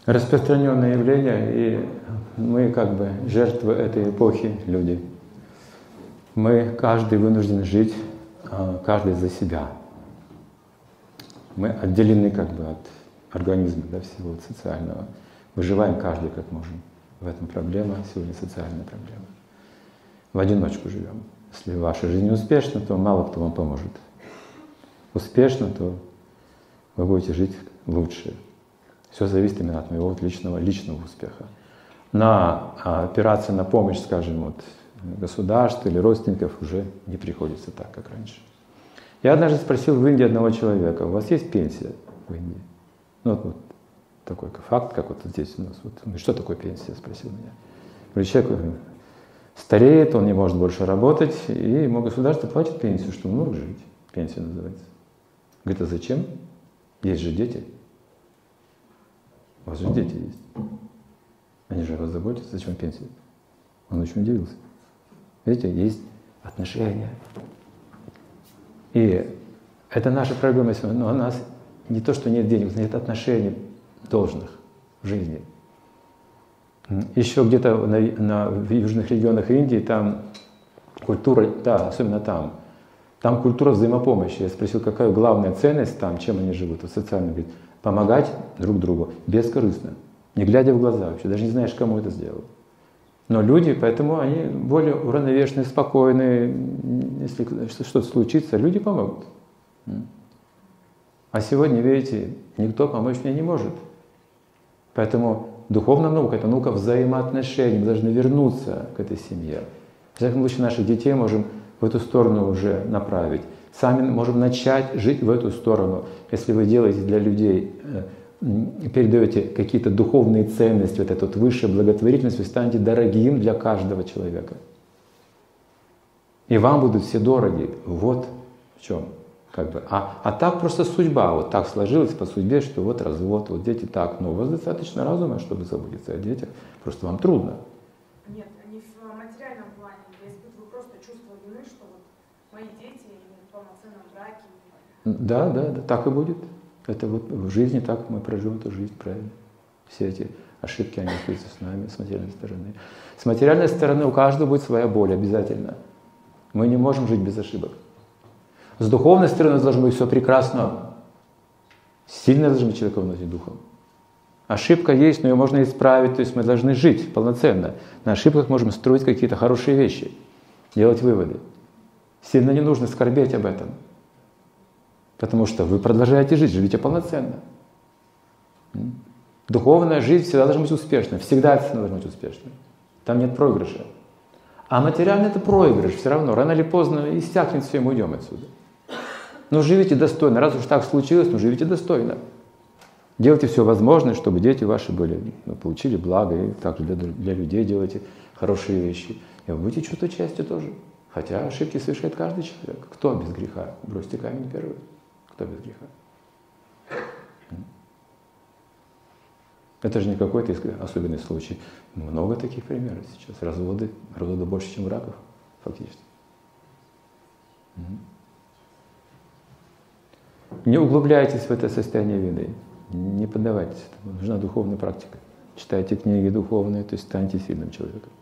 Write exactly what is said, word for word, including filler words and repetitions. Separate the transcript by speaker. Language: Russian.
Speaker 1: Распространенное явление, и мы как бы жертвы этой эпохи, люди. Мы, каждый вынужден жить, каждый за себя. Мы отделены как бы от организма, да, всего социального. Выживаем каждый как можем. В этом проблема, сегодня социальная проблема. В одиночку живем. Если ваша жизнь успешна, то мало кто вам поможет. Успешно, то вы будете жить лучше. Все зависит именно от моего личного, личного успеха. На опираться на помощь, скажем, вот, государства или родственников уже не приходится так, как раньше. Я однажды спросил в Индии одного человека: у вас есть пенсия в Индии? Ну вот, вот такой факт, как вот здесь у нас. Вот, ну, что такое пенсия, спросил меня. Говорю, человек стареет, он не может больше работать, и ему государство платит пенсию, чтобы он мог жить. Пенсия называется. Говорит, а зачем? Есть же дети. У вас же дети есть. Они же о вас заботятся, зачем пенсия? Он очень удивился. Видите, есть отношения. И это наша проблема, но у нас не то, что нет денег, нет отношений должных в жизни. Еще где-то на, на, в южных регионах Индии там культура, да, особенно там, там культура взаимопомощи. Я спросил, какая главная ценность там, чем они живут, вот социально, говорит, помогать друг другу бескорыстно, не глядя в глаза вообще, даже не знаешь, кому это сделал. Но люди, поэтому они более уравновешенные, спокойные. Если что-то случится, люди помогут. А сегодня, видите, никто помочь мне не может. Поэтому духовная наука — это наука взаимоотношений. Мы должны вернуться к этой семье. В всяком случае, наших детей можем в эту сторону уже направить. Сами можем начать жить в эту сторону. Если вы делаете для людей, передаете какие-то духовные ценности, вот эту вот высшую благотворительность, вы станете дорогим для каждого человека. И вам будут все дороги. Вот в чем. Как бы. а, а так просто судьба. Вот так сложилось по судьбе, что вот развод, вот дети так. Но у вас достаточно разума, чтобы заботиться о детях. Просто вам трудно.
Speaker 2: Нет, не в материальном плане. Я испытываю просто чувство вины, что вот мои дети не в полноценном браке.
Speaker 1: Да, да, да, так и будет. Это вот в жизни так мы проживем эту жизнь, правильно. Все эти ошибки, они остаются с нами, с материальной стороны. С материальной стороны у каждого будет своя боль обязательно. Мы не можем жить без ошибок. С духовной стороны должно быть все прекрасно. Сильно должен быть человек внутри духом. Ошибка есть, но ее можно исправить, то есть мы должны жить полноценно. На ошибках можем строить какие-то хорошие вещи, делать выводы. Сильно не нужно скорбеть об этом. Потому что вы продолжаете жить, живите полноценно. Духовная жизнь всегда должна быть успешной, всегда должна быть успешной. Там нет проигрыша. А материально это проигрыш, все равно, рано или поздно иссякнет все, и мы уйдем отсюда. Но живите достойно, раз уж так случилось, но живите достойно. Делайте все возможное, чтобы дети ваши были, ну, получили благо, и также для, для людей делайте хорошие вещи. И вы будете чувствовать счастье тоже. Хотя ошибки совершает каждый человек. Кто без греха? Бросьте камень первый. Кто без греха? Это же не какой-то особенный случай. Много таких примеров сейчас. Разводы, разводы больше, чем браков, фактически. Не углубляйтесь в это состояние вины. Не поддавайтесь этому. Нужна духовная практика. Читайте книги духовные, то есть станьте сильным человеком.